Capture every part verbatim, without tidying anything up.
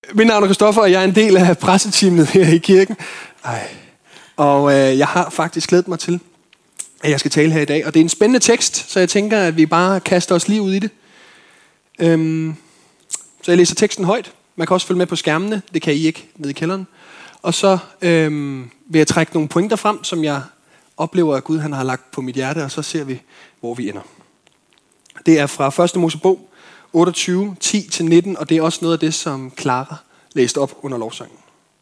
Mit navn er Christoffer, og jeg er en del af presseteamet her i kirken. Ej. Og øh, jeg har faktisk glædet mig til, at jeg skal tale her i dag. Og det er en spændende tekst, så jeg tænker, at vi bare kaster os lige ud i det. Øhm, så jeg læser teksten højt. Man kan også følge med på skærmene. Det kan I ikke nede i kælderen. Og så øhm, vil jeg trække nogle pointer frem, som jeg oplever, at Gud han har lagt på mit hjerte. Og så ser vi, hvor vi ender. Det er fra første Mosebog otteogtyve, ti til nitten, og det er også noget af det, som Clara læste op under lovsangen.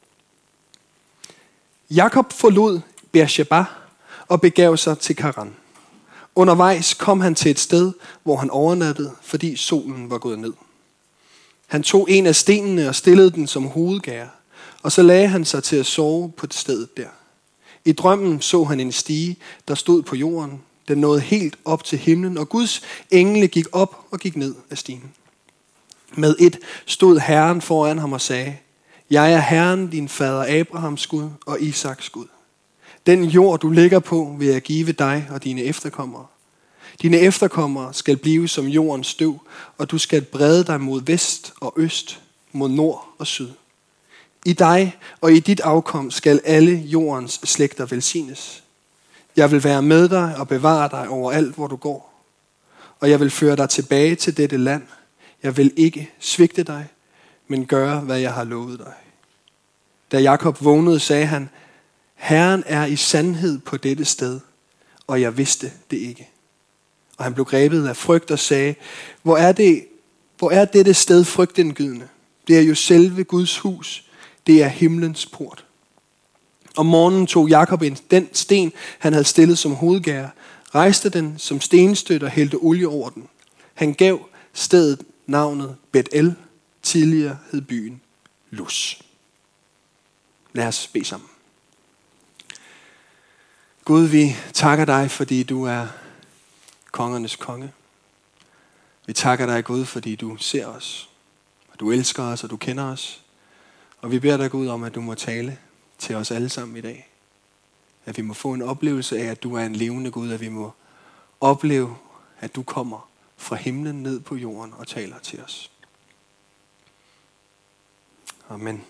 Jakob forlod Beersheba og begav sig til Karan. Undervejs kom han til et sted, hvor han overnattede, fordi solen var gået ned. Han tog en af stenene og stillede den som hovedgære, og så lagde han sig til at sove på stedet der. I drømmen så han en stige, der stod på jorden. Den nåede helt op til himlen, og Guds engle gik op og gik ned af stigen. Med et stod Herren foran ham og sagde: Jeg er Herren, din fader Abrahams Gud og Isaks Gud. Den jord, du ligger på, vil jeg give dig og dine efterkommere. Dine efterkommere skal blive som jordens støv, og du skal brede dig mod vest og øst, mod nord og syd. I dig og i dit afkom skal alle jordens slægter velsignes. Jeg vil være med dig og bevare dig overalt, hvor du går. Og jeg vil føre dig tilbage til dette land. Jeg vil ikke svigte dig, men gøre, hvad jeg har lovet dig. Da Jakob vågnede, sagde han: Herren er i sandhed på dette sted, og jeg vidste det ikke. Og han blev grebet af frygt og sagde: Hvor er det, hvor er dette sted frygtindgydende? Det er jo selve Guds hus. Det er himlens port. Om morgenen tog Jakob den sten, han havde stillet som hovedgære, rejste den som stenstøt og hældte olie over den. Han gav stedet navnet Bet-El. Tidligere hed byen Lus. Lad os bede sammen. Gud, vi takker dig, fordi du er kongernes konge. Vi takker dig, Gud, fordi du ser os, og du elsker os, og du kender os. Og vi beder dig, Gud, om, at du må tale til os alle sammen i dag. At vi må få en oplevelse af, at du er en levende Gud, at vi må opleve, at du kommer fra himlen ned på jorden og taler til os. Amen.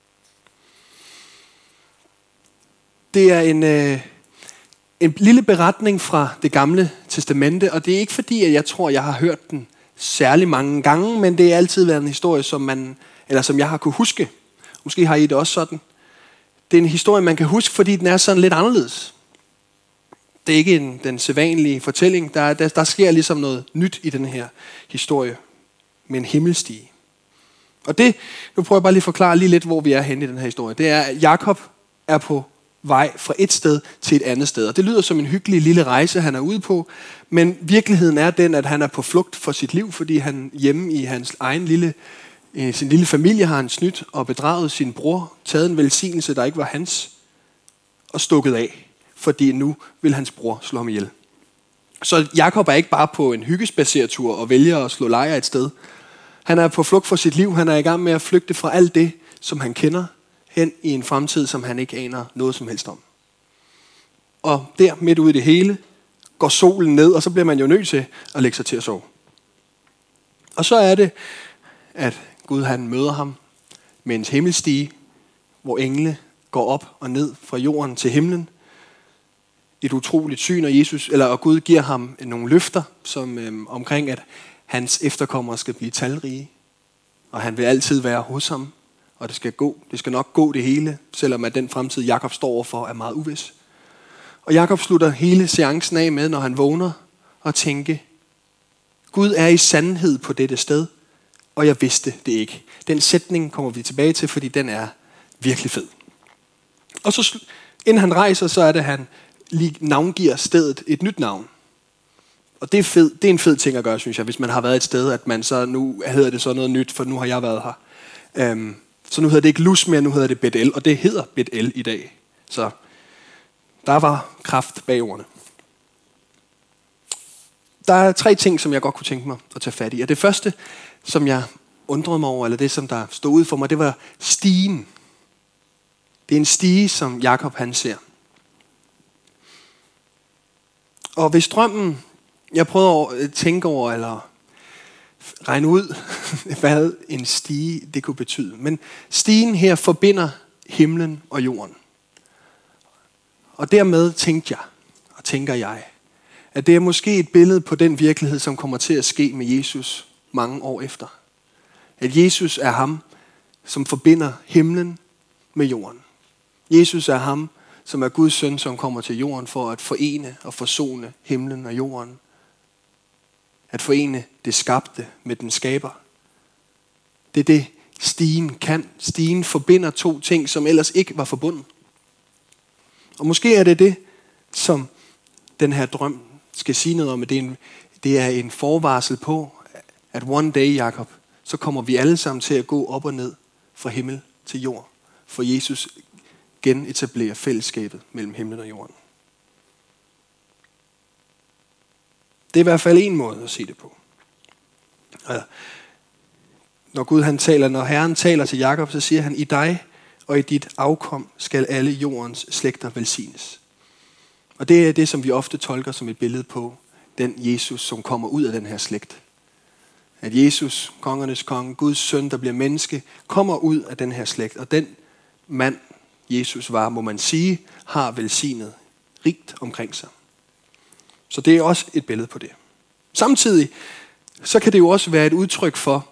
Det er en, øh, en lille beretning fra Det Gamle Testamente, og det er ikke fordi, at jeg tror, jeg har hørt den særlig mange gange, men det er altid været en historie, som, man, eller som jeg har kunne huske. Måske har I det også sådan. Det er en historie, man kan huske, fordi den er sådan lidt anderledes. Det er ikke en, den sædvanlige fortælling. Der, der, der sker ligesom noget nyt i den her historie med en himmelstige. Og det, nu prøver jeg bare lige at forklare lige lidt, hvor vi er henne i den her historie. Det er, at Jakob er på vej fra et sted til et andet sted. Og det lyder som en hyggelig lille rejse, han er ude på. Men virkeligheden er den, at han er på flugt for sit liv, fordi han hjemme i hans egen lille I sin lille familie har han snydt og bedraget sin bror, taget en velsignelse, der ikke var hans, og stukket af, fordi nu vil hans bror slå ham ihjel. Så Jakob er ikke bare på en hyggespacertur og vælger at slå lejr et sted. Han er på flugt for sit liv. Han er i gang med at flygte fra alt det, som han kender, hen i en fremtid, som han ikke aner noget som helst om. Og der midt ude i det hele går solen ned, og så bliver man jo nødt til at lægge sig til at sove. Og så er det, at Gud han møder ham med en himmelstige, hvor engle går op og ned fra jorden til himlen. Et utroligt syn, og Jesus eller og Gud giver ham nogle løfter som øhm, omkring at hans efterkommere skal blive talrige, og han vil altid være hos ham, og det skal gå, det skal nok gå det hele, selvom at den fremtid Jakob står overfor er meget uvis. Og Jakob slutter hele seancen af med, når han vågner og tænker: Gud er i sandhed på dette sted, og jeg vidste det ikke. Den sætning kommer vi tilbage til, fordi den er virkelig fed. Og så inden han rejser, så er det, at han lige navngiver stedet et nyt navn. Og det er, fed, det er en fed ting at gøre, synes jeg, hvis man har været et sted, at man så nu hedder det så noget nyt, for nu har jeg været her. Um, så nu hedder det ikke Lus mere, nu hedder det Bet-El, og det hedder Bet-El i dag. Så der var kraft bag ordene. Der er tre ting, som jeg godt kunne tænke mig at tage fat i. Og det første, som jeg undrede mig over, eller det, som der stod ud for mig, det var stigen. Det er en stige, som Jakob han ser. Og hvis drømmen, jeg prøvede at tænke over, eller regne ud, hvad en stige det kunne betyde. Men stigen her forbinder himlen og jorden. Og dermed tænkte jeg, og tænker jeg, at det er måske et billede på den virkelighed, som kommer til at ske med Jesus mange år efter. At Jesus er ham, som forbinder himlen med jorden. Jesus er ham, som er Guds søn, som kommer til jorden for at forene og forsone himlen og jorden. At forene det skabte med den skaber. Det er det, stigen kan. Stigen forbinder to ting, som ellers ikke var forbundet. Og måske er det det, som den her drøm skal sige noget om. Det er en, det er en forvarsel på, at one day, Jakob, så kommer vi alle sammen til at gå op og ned fra himmel til jord. For Jesus genetablerer fællesskabet mellem himlen og jorden. Det er i hvert fald en måde at se det på. Når Gud han taler, når Herren taler til Jakob, så siger han, i dig og i dit afkom skal alle jordens slægter velsignes. Og det er det, som vi ofte tolker som et billede på den Jesus, som kommer ud af den her slægt. At Jesus, kongernes konge, Guds søn, der bliver menneske, kommer ud af den her slægt. Og den mand, Jesus var, må man sige, har velsignet rigt omkring sig. Så det er også et billede på det. Samtidig, så kan det jo også være et udtryk for,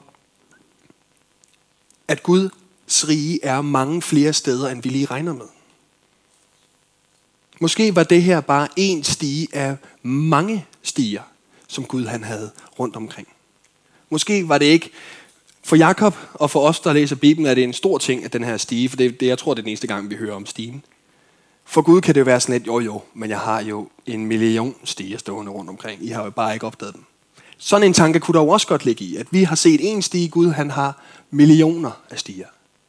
at Guds rige er mange flere steder, end vi lige regner med. Måske var det her bare en stige af mange stiger, som Gud han havde rundt omkring. Måske var det ikke, for Jakob og for os, der læser Bibelen, er det en stor ting, at den her stige, for det, det jeg tror, det er den eneste gang, vi hører om stigen. For Gud kan det jo være sådan lidt, jo jo, men jeg har jo en million stiger stående rundt omkring. I har jo bare ikke opdaget dem. Sådan en tanke kunne der jo også godt ligge i, at vi har set en stige, Gud han har millioner af stiger.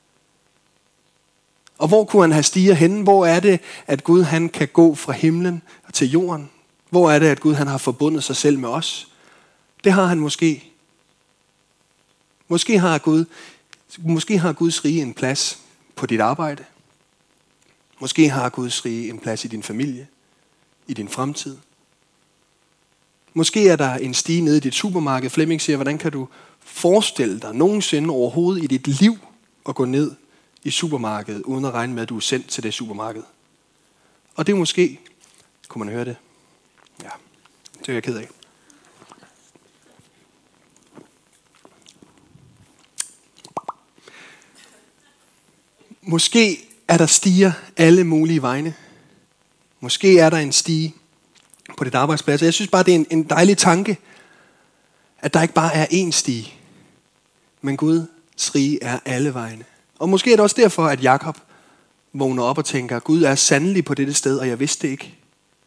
Og hvor kunne han have stiger henne? Hvor er det, at Gud han kan gå fra himlen til jorden? Hvor er det, at Gud han har forbundet sig selv med os? Det har han måske. Måske har Gud, måske har Guds rige en plads på dit arbejde. Måske har Guds rige en plads i din familie, i din fremtid. Måske er der en stige nede i dit supermarked. Flemming siger, hvordan kan du forestille dig nogensinde overhovedet i dit liv at gå ned i supermarkedet, uden at regne med, at du er sendt til det supermarked? Og det er måske, kunne man høre det? Ja, det er jeg ked af. Måske er der stiger alle mulige vegne. Måske er der en stige på dit arbejdsplads. Jeg synes bare, det er en, en dejlig tanke, at der ikke bare er én stige, men Guds rige er alle vegne. Og måske er det også derfor, at Jakob vågner op og tænker, Gud er sandelig på dette sted, og jeg vidste det ikke.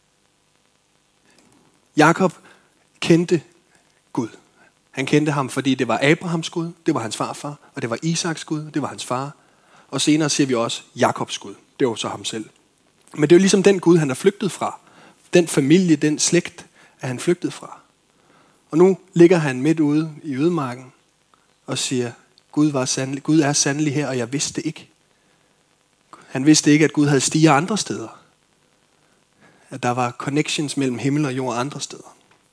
Jakob kendte Gud. Han kendte ham, fordi det var Abrahams Gud, det var hans farfar, og det var Isaks Gud, det var hans far. Og senere ser vi også Jakobs Gud. Det var så ham selv. Men det er jo ligesom den Gud, han er flygtet fra. Den familie, den slægt, er han flygtet fra. Og nu ligger han midt ude i ødemarken og siger, Gud, var sandelig, Gud er sandelig her, og jeg vidste det ikke. Han vidste ikke, at Gud havde stiger andre steder. At der var connections mellem himmel og jord andre steder.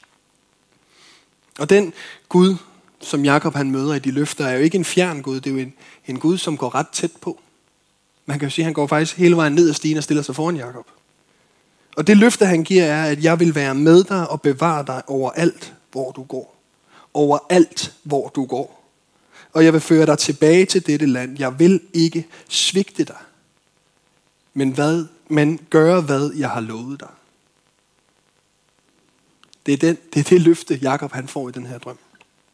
Og den Gud, som Jakob han møder i de løfter, er jo ikke en fjern Gud. Det er jo en, en Gud, som går ret tæt på. Man kan jo sige, at han går faktisk hele vejen ned ad stigen og stiller sig foran Jakob. Og det løfte, han giver, er, at jeg vil være med dig og bevare dig overalt, hvor du går. Overalt, hvor du går. Og jeg vil føre dig tilbage til dette land. Jeg vil ikke svigte dig. Men, hvad, men gøre, hvad jeg har lovet dig. Det er, den, det er det løfte, Jakob han får i den her drøm.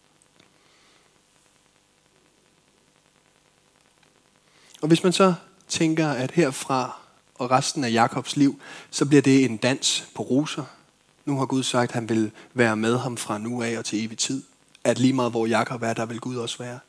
Og hvis man så tænker, at herfra og resten af Jakobs liv, så bliver det en dans på roser. Nu har Gud sagt, at han vil være med ham fra nu af og til evig tid. At lige meget hvor Jakob er, der vil Gud også være.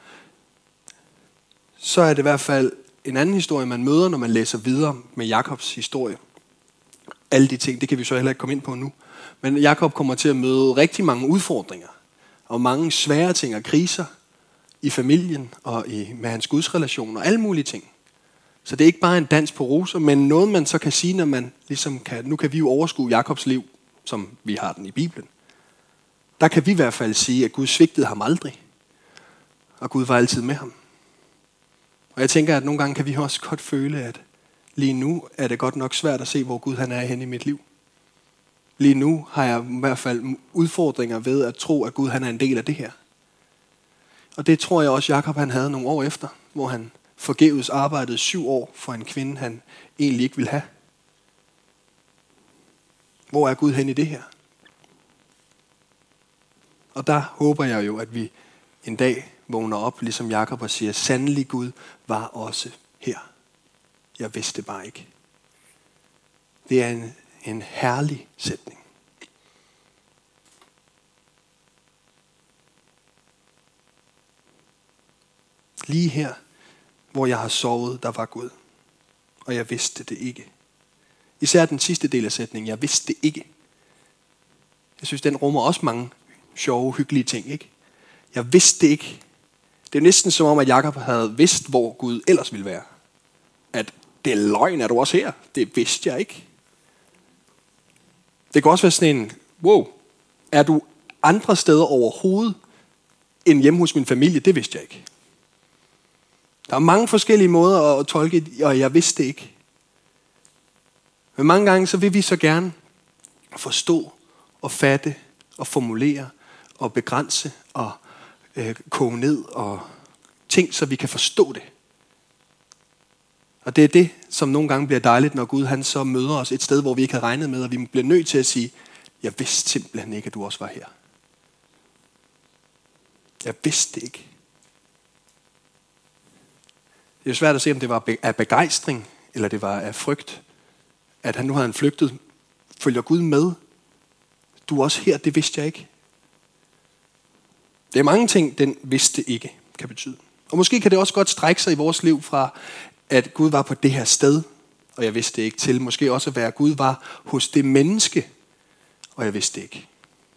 Så er det i hvert fald en anden historie, man møder, når man læser videre med Jakobs historie. Alle de ting, det kan vi så heller ikke komme ind på nu. Men Jakob kommer til at møde rigtig mange udfordringer. Og mange svære ting og kriser i familien og i, med hans gudsrelation og alle mulige ting. Så det er ikke bare en dans på roser, men noget man så kan sige, når man ligesom kan, nu kan vi jo overskue Jakobs liv, som vi har den i Bibelen. der kan vi i hvert fald sige, at Gud svigtede ham aldrig. Og Gud var altid med ham. Og jeg tænker, at nogle gange kan vi også godt føle, at lige nu er det godt nok svært at se, hvor Gud han er henne i mit liv. Lige nu har jeg i hvert fald udfordringer ved at tro, at Gud han er en del af det her. Og det tror jeg også, Jakob han havde nogle år efter, hvor han forgæves arbejdede syv år for en kvinde, han egentlig ikke ville have. Hvor er Gud hen i det her? Og der håber jeg jo, at vi en dag vågner op, ligesom Jakob, og siger, sandelig Gud var også her. Jeg vidste bare ikke. Det er en, en herlig sætning. Lige her, hvor jeg har sovet, der var Gud. Og jeg vidste det ikke. Især den sidste del af sætningen, jeg vidste det ikke. Jeg synes, den rummer også mange sjove, hyggelige ting, ikke? Jeg vidste det ikke. Det er næsten som om, at Jakob havde vidst, hvor Gud ellers ville være. At det er løgn, er du også her? Det vidste jeg ikke. Det kan også være sådan en, wow, er du andre steder overhovedet end hjemme hos min familie? Det vidste jeg ikke. Der er mange forskellige måder at tolke, og jeg vidste det ikke. Men mange gange så vil vi så gerne forstå og fatte og formulere og begrænse og øh, koge ned og ting, så vi kan forstå det. Og det er det, som nogle gange bliver dejligt, når Gud han så møder os et sted, hvor vi ikke havde regnet med, og vi bliver nødt til at sige, jeg vidste simpelthen ikke, at du også var her. Jeg vidste det ikke. Det er jo svært at se, om det var af begejstring, eller det var af frygt, at han nu havde han flygtet. Følger Gud med? Du er også her, det vidste jeg ikke. Det er mange ting, den vidste ikke kan betyde. Og måske kan det også godt strække sig i vores liv fra, at Gud var på det her sted, og jeg vidste det ikke, til måske også at være, at Gud var hos det menneske, og jeg vidste det ikke.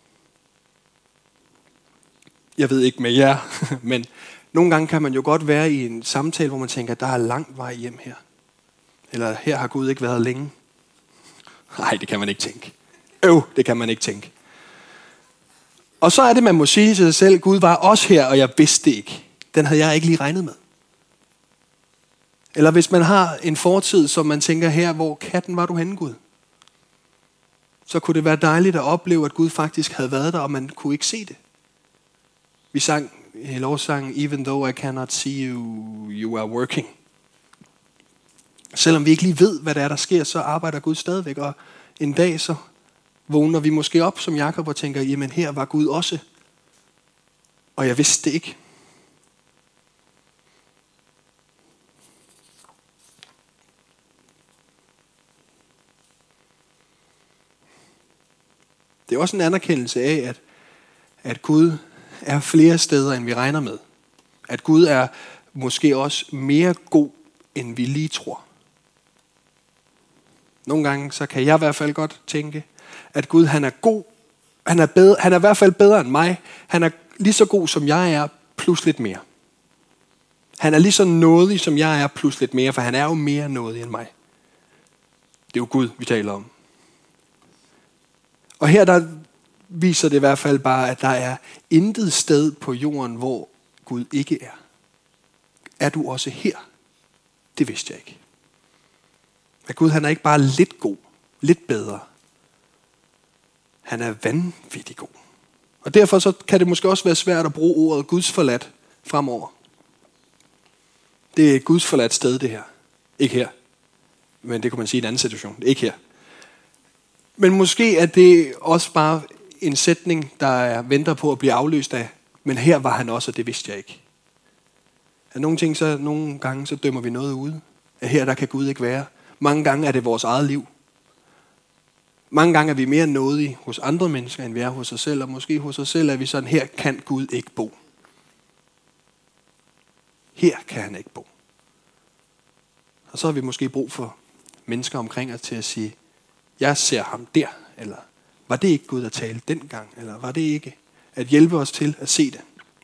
Jeg ved ikke med jer, men nogle gange kan man jo godt være i en samtale, hvor man tænker, at der er langt vej hjem her. Eller her har Gud ikke været længe. Nej, det kan man ikke tænke. Øv, det kan man ikke tænke. Og så er det, man må sige til sig selv, Gud var også her, og jeg vidste det ikke. Den havde jeg ikke lige regnet med. Eller hvis man har en fortid, som man tænker her, hvor katten var du henne, Gud? Så kunne det være dejligt at opleve, at Gud faktisk havde været der, og man kunne ikke se det. Vi sang i lovsangen, even though I cannot see you, you are working. Selvom vi ikke lige ved, hvad der er, der sker, så arbejder Gud stadigvæk. Og en dag så vågner vi måske op som Jakob og tænker, jamen her var Gud også. Og jeg vidste det ikke. Det er også en anerkendelse af, at, at Gud er flere steder, end vi regner med. At Gud er måske også mere god, end vi lige tror. Nogle gange så kan jeg i hvert fald godt tænke, at Gud han er god. Han er, bedre, han er i hvert fald bedre end mig. Han er lige så god, som jeg er, plus lidt mere. Han er lige så nådig, som jeg er, plus lidt mere, for han er jo mere nådig end mig. Det er jo Gud, vi taler om. Og her der viser det i hvert fald bare, at der er intet sted på jorden, hvor Gud ikke er. Er du også her? Det vidste jeg ikke. At Gud han er ikke bare lidt god, lidt bedre. Han er vanvittig god. Og derfor så kan det måske også være svært at bruge ordet Guds forladt fremover. Det er et Guds forladt sted, det her. Ikke her. Men det kunne man sige i en anden situation. Ikke her. Men måske er det også bare en sætning, der er, venter på at blive afløst af. Men her var han også, og det vidste jeg ikke. At nogle, ting, så, nogle gange så dømmer vi noget ude. At her der kan Gud ikke være. Mange gange er det vores eget liv. Mange gange er vi mere nådige hos andre mennesker, end vi er hos os selv. Og måske hos os selv er vi sådan, her kan Gud ikke bo. Her kan han ikke bo. Og så har vi måske brug for mennesker omkring os til at sige, jeg ser ham der, eller var det ikke Gud, der talte dengang, eller var det ikke at hjælpe os til at se det.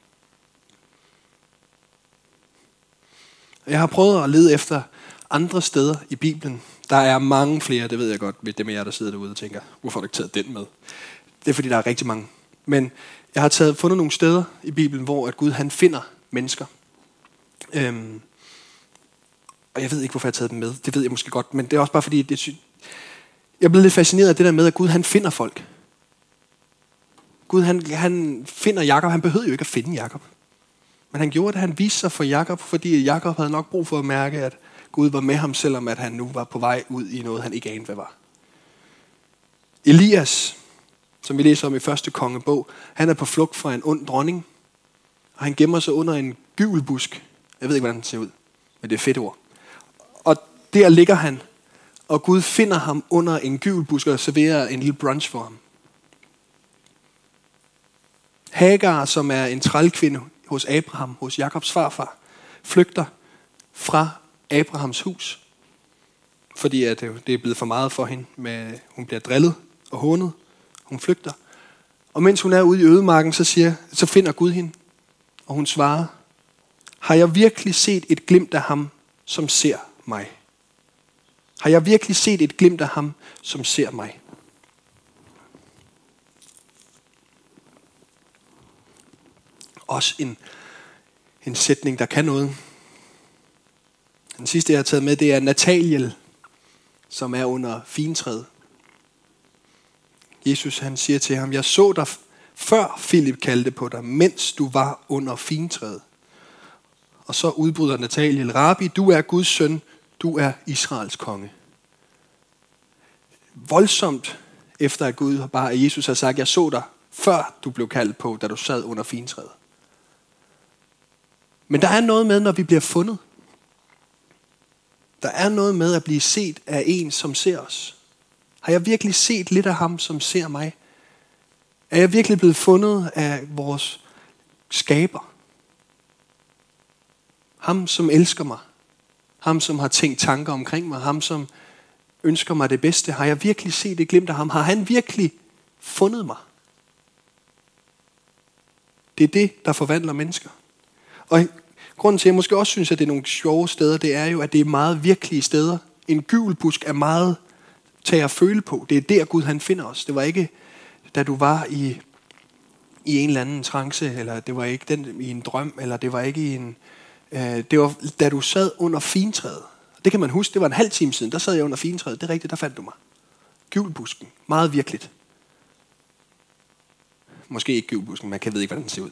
Jeg har prøvet at lede efter andre steder i Bibelen. Der er mange flere, det ved jeg godt, ved dem af jer, der sidder derude og tænker, hvorfor har du ikke taget den med? Det er fordi, der er rigtig mange Men jeg har taget, fundet nogle steder i Bibelen, hvor at Gud han finder mennesker. Øhm, og jeg ved ikke, hvorfor jeg har taget dem med. Det ved jeg måske godt, men det er også bare fordi, det er sy- jeg er blevet lidt fascineret af det der med, at Gud han finder folk. Gud han, han finder Jakob. Han behøvede jo ikke at finde Jakob. Men han gjorde det, han viste sig for Jakob, fordi Jakob havde nok brug for at mærke, at Gud var med ham, selvom at han nu var på vej ud i noget, han ikke anede, hvad var. Elias, som vi læser om i første kongebog, han er på flugt fra en ond dronning, og han gemmer sig under en gyvelbusk. Jeg ved ikke, hvordan den ser ud, men det er et fedt ord. Og der ligger han, og Gud finder ham under en gyvelbusk og serverer en lille brunch for ham. Hagar, som er en trælkvinde hos Abraham, hos Jakobs farfar, flygter fra Abrahams hus, fordi at det er blevet for meget for hende. Med, hun bliver drillet og hånet. Hun flygter. Og mens hun er ude i ødemarken, så, siger, så finder Gud hende. Og hun svarer, har jeg virkelig set et glimt af ham, som ser mig? Har jeg virkelig set et glimt af ham, som ser mig? Også en, en sætning, der kan noget. Den sidste, jeg har taget med, det er Nathanael, som er under fintræet. Jesus han siger til ham, jeg så dig før Filip kaldte på dig, mens du var under fintræet. Og så udbryder Nathanael, Rabbi, du er Guds søn, du er Israels konge. Voldsomt efter at Gud bare, at Jesus har sagt, jeg så dig før du blev kaldt på, da du sad under fintræet. Men der er noget med, når vi bliver fundet. Der er noget med at blive set af en, som ser os. Har jeg virkelig set lidt af ham, som ser mig? Er jeg virkelig blevet fundet af vores skaber? Ham, som elsker mig. Ham, som har tænkt tanker omkring mig. Ham, som ønsker mig det bedste. Har jeg virkelig set et glimt af ham? Har han virkelig fundet mig? Det er det, der forvandler mennesker. Og grunden til, at jeg måske også synes, at det er nogle sjove steder, det er jo, at det er meget virkelige steder. En gyvelbusk er meget tage at føle på. Det er der, Gud han finder os. Det var ikke, da du var i, i en eller anden trance, eller det var ikke den, i en drøm, eller det var ikke i en... Øh, det var, da du sad under fintræet. Det kan man huske, det var en halv time siden, der sad jeg under fintræet. Det er rigtigt, der fandt du mig. Gyvelbusken. Meget virkeligt. Måske ikke gyvelbusken, man kan ved ikke, hvordan den ser ud.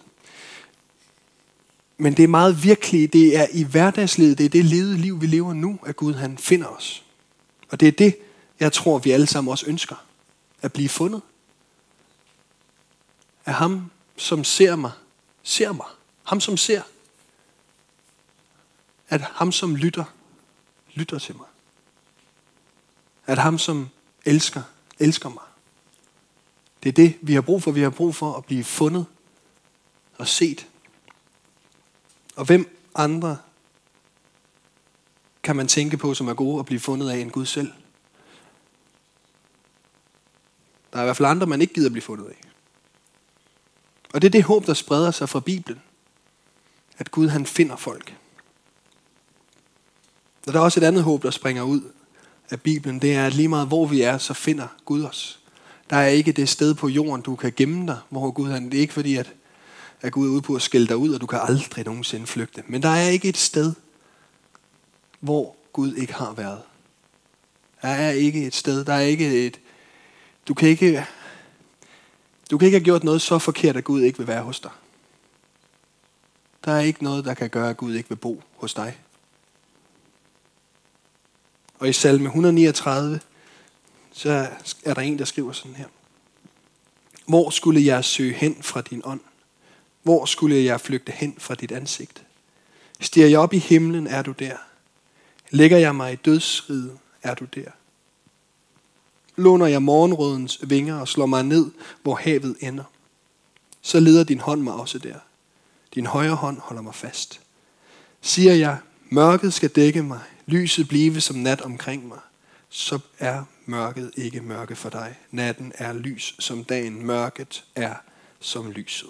Men det er meget virkeligt, det er i hverdagslivet, det er det levede liv, vi lever nu, at Gud han finder os. Og det er det, jeg tror, vi alle sammen også ønsker. At blive fundet. Af ham, som ser mig, ser mig. Ham, som ser. At ham, som lytter, lytter til mig. At ham, som elsker, elsker mig. Det er det, vi har brug for. Vi har brug for at blive fundet og set. Og hvem andre kan man tænke på, som er gode at blive fundet af en Gud selv? Der er i hvert fald andre, man ikke gider blive fundet af. Og det er det håb, der spreder sig fra Bibelen. At Gud han finder folk. Og der er også et andet håb, der springer ud af Bibelen. Det er, at lige meget hvor vi er, så finder Gud os. Der er ikke det sted på jorden, du kan gemme dig, hvor Gud han... Det er ikke fordi, at, at Gud er ude på at skælde dig ud, og du kan aldrig nogensinde flygte. Men der er ikke et sted, hvor Gud ikke har været. Der er ikke et sted, der er ikke et... Du kan ikke... Du kan ikke have gjort noget så forkert, at Gud ikke vil være hos dig. Der er ikke noget, der kan gøre, at Gud ikke vil bo hos dig. Og i salme et hundrede niogtredive, så er der en, der skriver sådan her. Hvor skulle jeg søge hen fra din ånd? Hvor skulle jeg flygte hen fra dit ansigt? Stiger jeg op i himlen, er du der. Lægger jeg mig i dødsriget, er du der. Låner jeg morgenrødens vinger og slår mig ned, hvor havet ender. Så leder din hånd mig også der. Din højre hånd holder mig fast. Siger jeg, mørket skal dække mig, lyset blive som nat omkring mig, så er mørket ikke mørke for dig. Natten er lys som dagen, mørket er som lyset.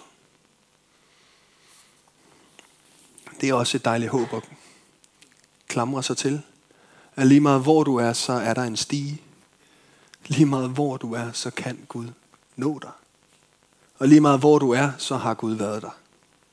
Det er også et dejligt håb at klamre sig til. At lige meget hvor du er, så er der en stige. Lige meget hvor du er, så kan Gud nå dig. Og lige meget hvor du er, så har Gud været der.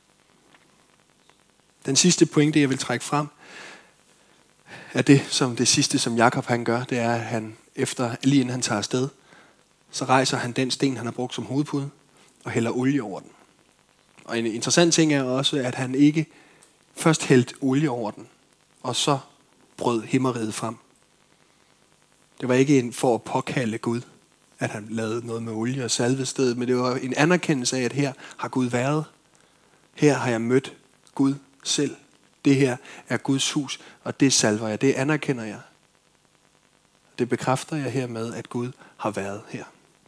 Den sidste pointe, jeg vil trække frem, er det, som det sidste, som Jakob han gør, det er, at han efter, lige inden han tager afsted, så rejser han den sten, han har brugt som hovedpude, og hælder olie over den. Og en interessant ting er også, at han ikke først hældte olie over den, og så brød himmeriget frem. Det var ikke en for at påkalde Gud, at han lavede noget med olie og salve stedet, men det var en anerkendelse af, at her har Gud været. Her har jeg mødt Gud selv. Det her er Guds hus, og det salver jeg. Det anerkender jeg. Det bekræfter jeg hermed, at Gud har været her.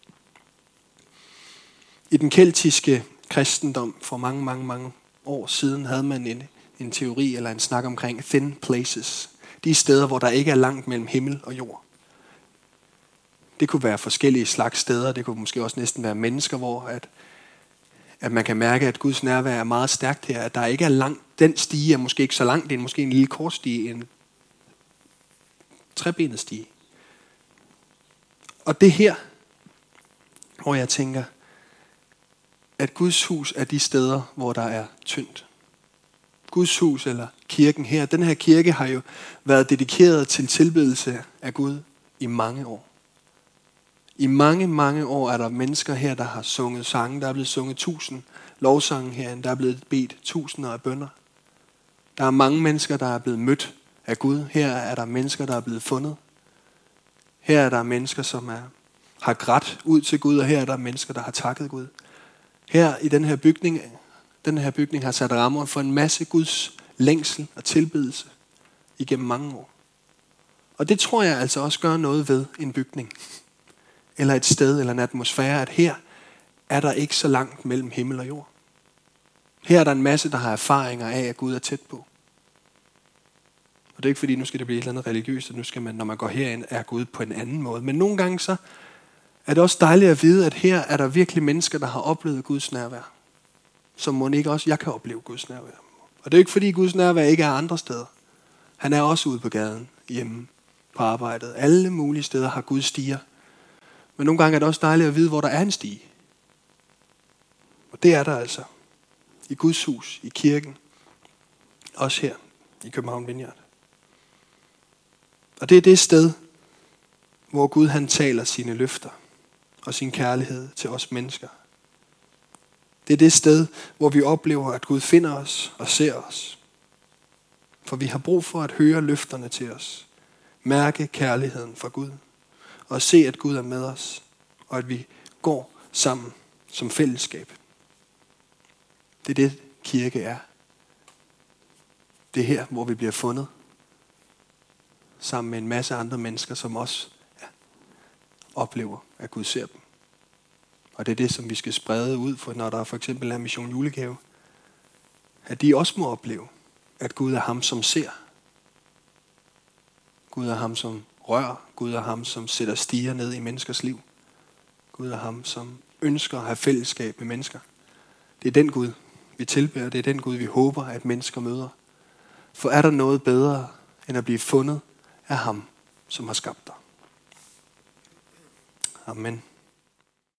I den keltiske kristendom for mange, mange, mange år siden havde man en, en teori eller en snak omkring thin places. De steder, hvor der ikke er langt mellem himmel og jord. Det kunne være forskellige slags steder. Det kunne måske også næsten være mennesker, hvor at, at man kan mærke, at Guds nærvær er meget stærkt her. At der ikke er langt. Den stige er måske ikke så langt. Det er måske en lille kortstige. En trebenet stige. Og det her, hvor jeg tænker, at Guds hus er de steder, hvor der er tyndt. Guds hus eller kirken her. Den her kirke har jo været dedikeret til tilbedelse af Gud i mange år. I mange, mange år er der mennesker her, der har sunget sange. Der er blevet sunget tusind lovsange herinde. Der er blevet bedt tusinder af bønner. Der er mange mennesker, der er blevet mødt af Gud. Her er der mennesker, der er blevet fundet. Her er der mennesker, som er, har grædt ud til Gud, og her er der mennesker, der har takket Gud. Her i den her bygning, den her bygning har sat rammer for en masse Guds længsel og tilbedelse igennem mange år. Og det tror jeg altså også gør noget ved en bygning. Eller et sted, eller en atmosfære, at her er der ikke så langt mellem himmel og jord. Her er der en masse, der har erfaringer af, at Gud er tæt på. Og det er ikke fordi, nu skal det blive et eller andet religiøst, og nu skal man, når man går herind, er Gud på en anden måde. Men nogle gange så er det også dejligt at vide, at her er der virkelig mennesker, der har oplevet Guds nærvær. Som må ikke også, jeg kan opleve Guds nærvær. Og det er ikke fordi, Guds nærvær ikke er andre steder. Han er også ude på gaden, hjemme, på arbejdet. Alle mulige steder har Gud stiger. Men nogle gange er det også dejligt at vide, hvor der er en stige. Og det er der altså. I Guds hus, i kirken. Også her i København Vineyard. Og det er det sted, hvor Gud han taler sine løfter og sin kærlighed til os mennesker. Det er det sted, hvor vi oplever, at Gud finder os og ser os. For vi har brug for at høre løfterne til os. Mærke kærligheden fra Gud. Og se, at Gud er med os. Og at vi går sammen som fællesskab. Det er det, kirke er. Det er her, hvor vi bliver fundet. Sammen med en masse andre mennesker, som også ja, oplever, at Gud ser dem. Og det er det, som vi skal sprede ud for, når der for eksempel er mission julegave. At de også må opleve, at Gud er ham, som ser. Gud er ham, som rører. Gud er ham, som sætter stiger ned i menneskers liv. Gud er ham, som ønsker at have fællesskab med mennesker. Det er den Gud, vi tilbærer. Det er den Gud, vi håber, at mennesker møder. For er der noget bedre, end at blive fundet af ham, som har skabt dig? Amen.